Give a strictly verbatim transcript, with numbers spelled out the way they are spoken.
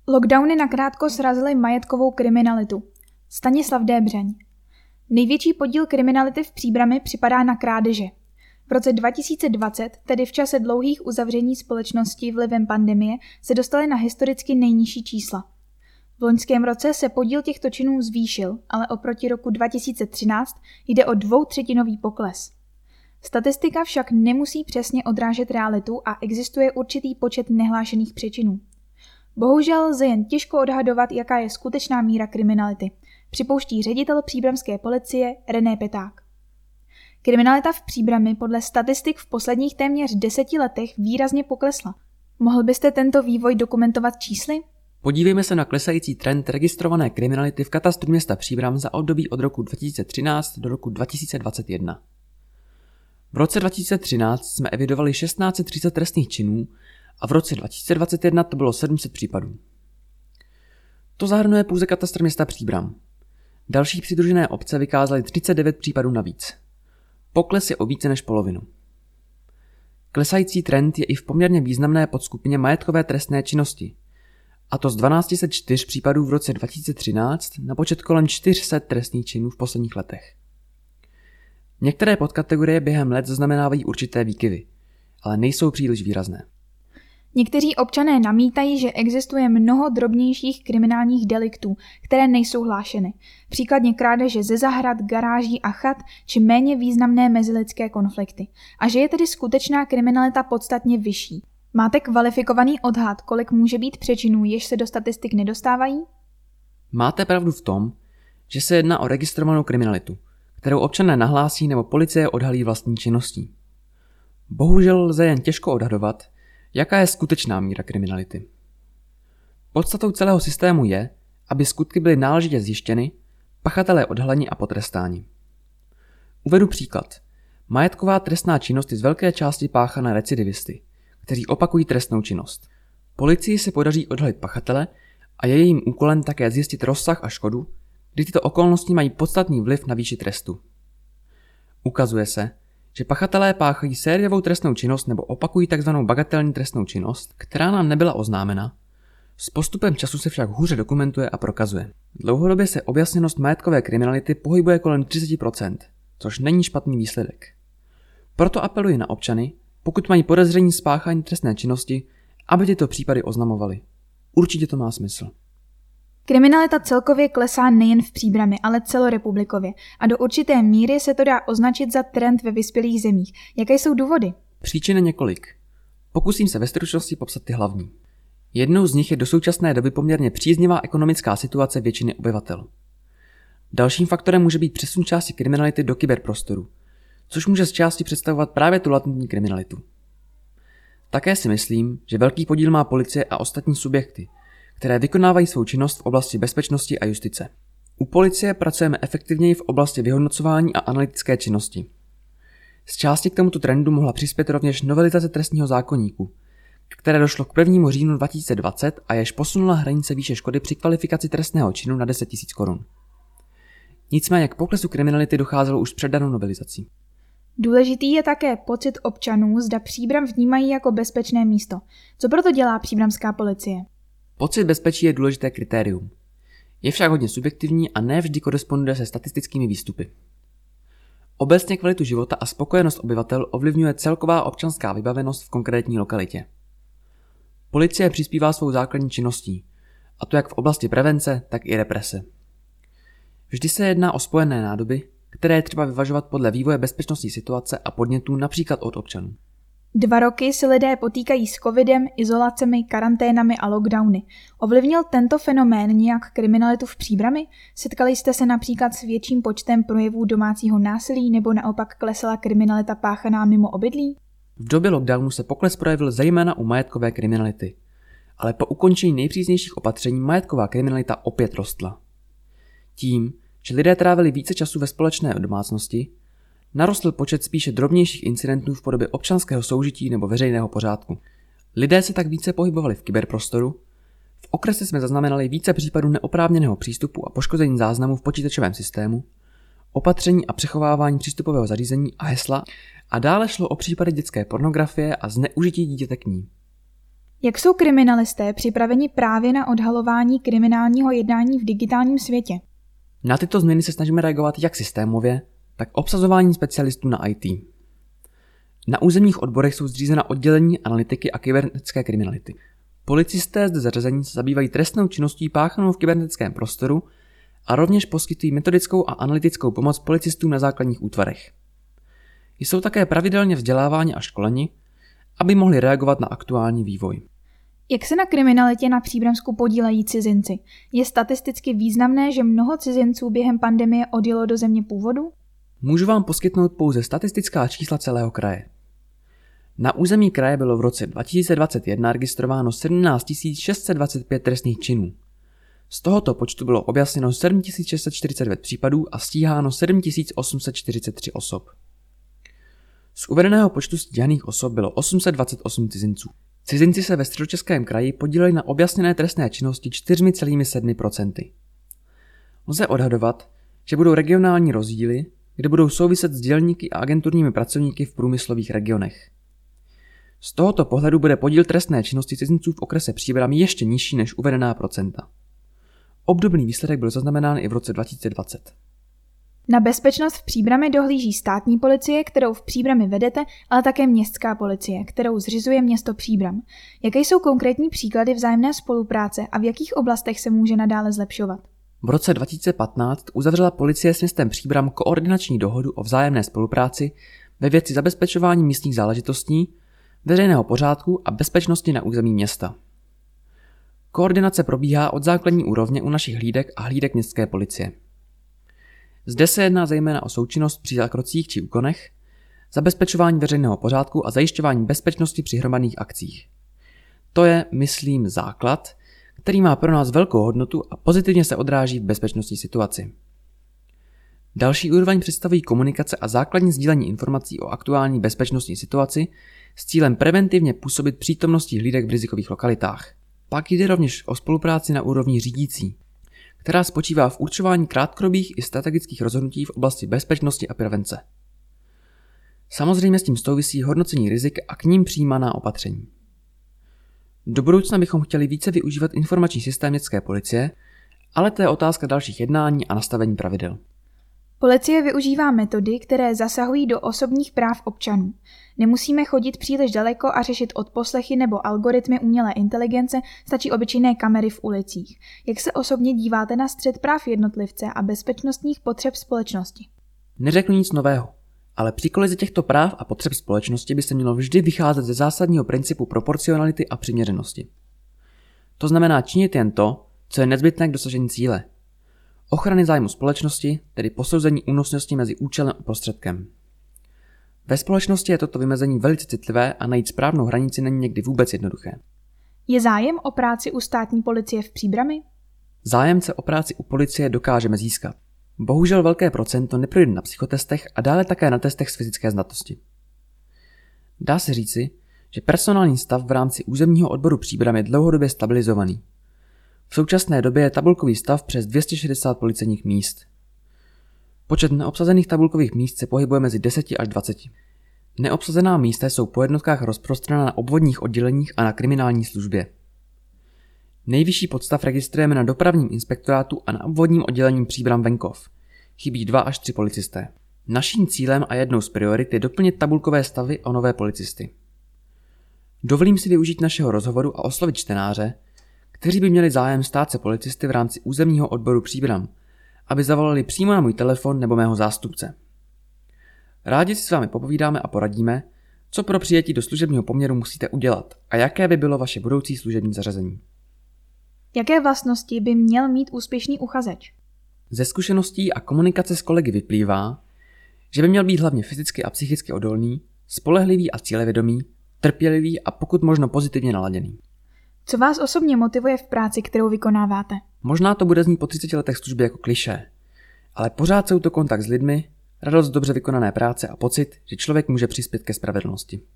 Lockdowny nakrátko srazily majetkovou kriminalitu. Stanislav Débřeň. Největší podíl kriminality v Příbrami připadá na krádeže. V roce dva tisíce dvacet, tedy v čase dlouhých uzavření společnosti vlivem pandemie, se dostaly na historicky nejnižší čísla. V loňském roce se podíl těchto činů zvýšil, ale oproti roku dva tisíce třináct jde o dvoutřetinový pokles. Statistika však nemusí přesně odrážet realitu a existuje určitý počet nehlášených přečinů. Bohužel lze jen těžko odhadovat, jaká je skutečná míra kriminality, připouští ředitel příbramské policie René Peták. Kriminalita v Příbrami podle statistik v posledních téměř deseti letech výrazně poklesla. Mohl byste tento vývoj dokumentovat čísly? Podívejme se na klesající trend registrované kriminality v katastru města Příbram za období od roku dva tisíce třináct do roku dva tisíce dvacet jedna. V roce dva tisíce třináct jsme evidovali tisíc šest set třicet trestných činů a v roce dva tisíce dvacet jedna to bylo sedm set případů. To zahrnuje pouze katastr města Příbram. Další přidružené obce vykázaly třicet devět případů navíc. Pokles je o více než polovinu. Klesající trend je i v poměrně významné podskupině majetkové trestné činnosti, a to z tisíc dvě stě čtyři případů v roce dva tisíce třináct na počet kolem čtyři sta trestných činů v posledních letech. Některé podkategorie během let zaznamenávají určité výkyvy, ale nejsou příliš výrazné. Někteří občané namítají, že existuje mnoho drobnějších kriminálních deliktů, které nejsou hlášeny, příkladně krádeže ze zahrad, garáží a chat či méně významné mezilidské konflikty, a že je tedy skutečná kriminalita podstatně vyšší. Máte kvalifikovaný odhad, kolik může být přečinů, jež se do statistik nedostávají? Máte pravdu v tom, že se jedná o registrovanou kriminalitu, kterou občané nahlásí nebo policie odhalí vlastní činností. Bohužel lze jen těžko odhadovat, jaká je skutečná míra kriminality. Podstatou celého systému je, aby skutky byly náležitě zjištěny, pachatelé odhaleni a potrestáni. Uvedu příklad. Majetková trestná činnost je z velké části páchaná recidivisty, kteří opakují trestnou činnost. Policii se podaří odhalit pachatele a je jejím úkolem také zjistit rozsah a škodu, kdy tyto okolnosti mají podstatný vliv na výši trestu. Ukazuje se, že pachatelé páchají sériovou trestnou činnost nebo opakují tzv. Bagatelní trestnou činnost, která nám nebyla oznámena. S postupem času se však hůře dokumentuje a prokazuje. Dlouhodobě se objasněnost majetkové kriminality pohybuje kolem třicet procent, což není špatný výsledek. Proto apeluji na občany, pokud mají podezření z páchání trestné činnosti, aby tyto případy oznamovali. Určitě to má smysl. Kriminalita celkově klesá nejen v Příbrami, ale celorepublikově a do určité míry se to dá označit za trend ve vyspělých zemích. Jaké jsou důvody? Příčin je několik. Pokusím se ve stručnosti popsat ty hlavní. Jednou z nich je do současné doby poměrně příznivá ekonomická situace většiny obyvatel. Dalším faktorem může být přesun části kriminality do kyberprostoru, což může z části představovat právě tu latentní kriminalitu. Také si myslím, že velký podíl má policie a ostatní subjekty, které vykonávají svou činnost v oblasti bezpečnosti a justice. U policie pracujeme efektivněji v oblasti vyhodnocování a analytické činnosti. Z části k tomuto trendu mohla přispět rovněž novelizace trestního zákoníku, které došlo k prvnímu říjnu dva tisíce dvacet a jež posunula hranice výše škody při kvalifikaci trestného činu na deset tisíc korun. Nicméně k poklesu kriminality docházelo už před danou novelizací. Důležitý je také pocit občanů, zda Příbram vnímají jako bezpečné místo. Co proto dělá příbramská policie? Pocit bezpečí je důležité kritérium. Je však hodně subjektivní a ne vždy koresponduje se statistickými výstupy. Obecně kvalitu života a spokojenost obyvatel ovlivňuje celková občanská vybavenost v konkrétní lokalitě. Policie přispívá svou základní činností, a to jak v oblasti prevence, tak i represe. Vždy se jedná o spojené nádoby, které je třeba vyvažovat podle vývoje bezpečnostní situace a podnětů například od občanů. Dva roky se lidé potýkají s covidem, izolacemi, karanténami a lockdowny. Ovlivnil tento fenomén nějak kriminalitu v Příbrami? Setkali jste se například s větším počtem projevů domácího násilí nebo naopak klesala kriminalita páchaná mimo obydlí? V době lockdownu se pokles projevil zejména u majetkové kriminality, ale po ukončení nejpřísnějších opatření majetková kriminalita opět rostla. Tím, že lidé trávili více času ve společné domácnosti, narostl počet spíše drobnějších incidentů v podobě občanského soužití nebo veřejného pořádku. Lidé se tak více pohybovali v kyberprostoru, v okrese jsme zaznamenali více případů neoprávněného přístupu a poškození záznamů v počítačovém systému, opatření a přechovávání přístupového zařízení a hesla a dále šlo o případy dětské pornografie a zneužití dítěte k ní. Jak jsou kriminalisté připraveni právě na odhalování kriminálního jednání v digitálním světě? Na tyto změny se snažíme reagovat jak systémově, tak obsazováním specialistů na í té. Na územních odborech jsou zřízena oddělení analytiky a kybernetické kriminality. Policisté zde zařazení se zabývají trestnou činností páchanou v kybernetickém prostoru a rovněž poskytují metodickou a analytickou pomoc policistům na základních útvarech. Jsou také pravidelně vzděláváni a školeni, aby mohli reagovat na aktuální vývoj. Jak se na kriminalitě na Příbramsku podílejí cizinci? Je statisticky významné, že mnoho cizinců během pandemie odjelo do země původu? Můžu vám poskytnout pouze statistická čísla celého kraje. Na území kraje bylo v roce dva tisíce dvacet jedna registrováno sedmnáct tisíc šest set dvacet pět trestných činů. Z tohoto počtu bylo objasněno sedm tisíc šest set čtyřicet devět případů a stíháno sedm tisíc osm set čtyřicet tři osob. Z uvedeného počtu stíhaných osob bylo osm set dvacet osm cizinců. Cizinci se ve Středočeském kraji podíleli na objasněné trestné činnosti čtyři celá sedm procenta. Lze odhadovat, že budou regionální rozdíly, kde budou souviset s dělníky a agenturními pracovníky v průmyslových regionech. Z tohoto pohledu bude podíl trestné činnosti cizinců v okrese Příbram ještě nižší než uvedená procenta. Obdobný výsledek byl zaznamenán i v roce dva tisíce dvacet. Na bezpečnost v Příbrami dohlíží státní policie, kterou v Příbrami vedete, ale také městská policie, kterou zřizuje město Příbram. Jaké jsou konkrétní příklady vzájemné spolupráce a v jakých oblastech se může nadále zlepšovat? V roce dva tisíce patnáct uzavřela policie s městem Příbram koordinační dohodu o vzájemné spolupráci ve věci zabezpečování místních záležitostí, veřejného pořádku a bezpečnosti na území města. Koordinace probíhá od základní úrovně u našich hlídek a hlídek městské policie. Zde se jedná zejména o součinnost při zákrocích či úkonech, zabezpečování veřejného pořádku a zajišťování bezpečnosti při hromadných akcích. To je, myslím, základ, který má pro nás velkou hodnotu a pozitivně se odráží v bezpečnostní situaci. Další úroveň představují komunikace a základní sdílení informací o aktuální bezpečnostní situaci s cílem preventivně působit přítomností hlídek v rizikových lokalitách. Pak jde rovněž o spolupráci na úrovni řídící, která spočívá v určování krátkodobých i strategických rozhodnutí v oblasti bezpečnosti a prevence. Samozřejmě s tím souvisí hodnocení rizik a k ním přijímaná opatření. Do budoucna bychom chtěli více využívat informační systém městské policie, ale to je otázka dalších jednání a nastavení pravidel. Policie využívá metody, které zasahují do osobních práv občanů. Nemusíme chodit příliš daleko a řešit odposlechy nebo algoritmy umělé inteligence, stačí obyčejné kamery v ulicích. Jak se osobně díváte na střet práv jednotlivce a bezpečnostních potřeb společnosti? Neřeknu nic nového, ale při kolizi těchto práv a potřeb společnosti by se mělo vždy vycházet ze zásadního principu proporcionality a přiměřenosti. To znamená činit jen to, co je nezbytné k dosažení cíle. Ochrany zájmu společnosti, tedy posouzení únosnosti mezi účelem a prostředkem. Ve společnosti je toto vymezení velice citlivé a najít správnou hranici není někdy vůbec jednoduché. Je zájem o práci u státní policie v Příbrami? Zájemce o práci u policie dokážeme získat. Bohužel velké procento neprojde na psychotestech a dále také na testech z fyzické znatosti. Dá se říci, že personální stav v rámci územního odboru Příbram je dlouhodobě stabilizovaný. V současné době je tabulkový stav přes dvě stě šedesát policejních míst. Počet neobsazených tabulkových míst se pohybuje mezi deseti až dvaceti. Neobsazená místa jsou po jednotkách rozprostřena na obvodních odděleních a na kriminální službě. Nejvyšší podstav registrujeme na dopravním inspektorátu a na obvodním oddělení Příbram venkov. Chybí dva až tři policisté. Naším cílem a jednou z priorit je doplnit tabulkové stavy o nové policisty. Dovolím si využít našeho rozhovoru a oslovit čtenáře, kteří by měli zájem stát se policisty v rámci územního odboru Příbram, aby zavolali přímo na můj telefon nebo mého zástupce. Rádi si s vámi popovídáme a poradíme, co pro přijetí do služebního poměru musíte udělat a jaké by bylo vaše budoucí služební zařazení. Jaké vlastnosti by měl mít úspěšný uchazeč? Ze zkušeností a komunikace s kolegy vyplývá, že by měl být hlavně fyzicky a psychicky odolný, spolehlivý a cílevědomý, trpělivý a pokud možno pozitivně naladěný. Co vás osobně motivuje v práci, kterou vykonáváte? Možná to bude znít po třiceti letech služby jako klišé, ale pořád jsou to kontakt s lidmi, radost dobře vykonané práce a pocit, že člověk může přispět ke spravedlnosti.